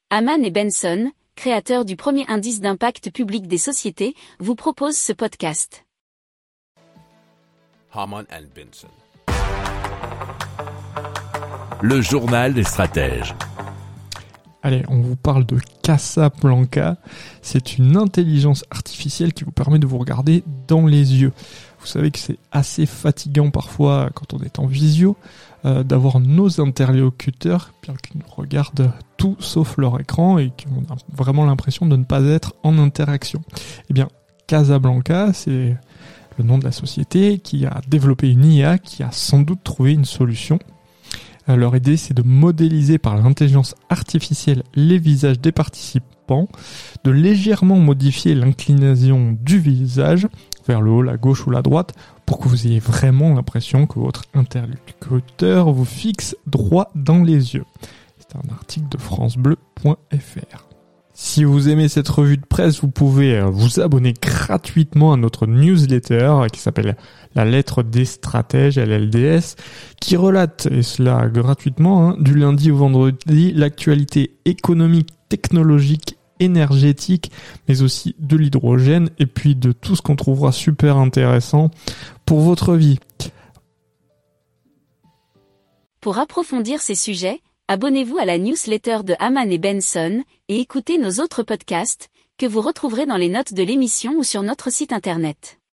Hamann et Benson, créateurs du premier indice d'impact public des sociétés, vous proposent ce podcast. Hamann and Benson. Le journal des stratèges. Allez, on vous parle de Casablanca. C'est une intelligence artificielle qui vous permet de vous regarder dans les yeux. Vous savez que c'est assez fatigant parfois quand on est en visio d'avoir nos interlocuteurs qui nous regardent tout sauf leur écran et qui ont vraiment l'impression de ne pas être en interaction. Eh bien, Casablanca, c'est le nom de la société qui a développé une IA qui a sans doute trouvé une solution. Leur idée, c'est de modéliser par l'intelligence artificielle les visages des participants, de légèrement modifier l'inclinaison du visage vers le haut, la gauche ou la droite, pour que vous ayez vraiment l'impression que votre interlocuteur vous fixe droit dans les yeux. C'est un article de francebleu.fr. Si vous aimez cette revue de presse, vous pouvez vous abonner gratuitement à notre newsletter qui s'appelle La Lettre des Stratèges, LLDS, qui relate, et cela gratuitement, du lundi au vendredi, l'actualité économique, technologique, énergétique, mais aussi de l'hydrogène, et puis de tout ce qu'on trouvera super intéressant pour votre vie. Pour approfondir ces sujets, abonnez-vous à la newsletter de Hamann et Benson et écoutez nos autres podcasts que vous retrouverez dans les notes de l'émission ou sur notre site internet.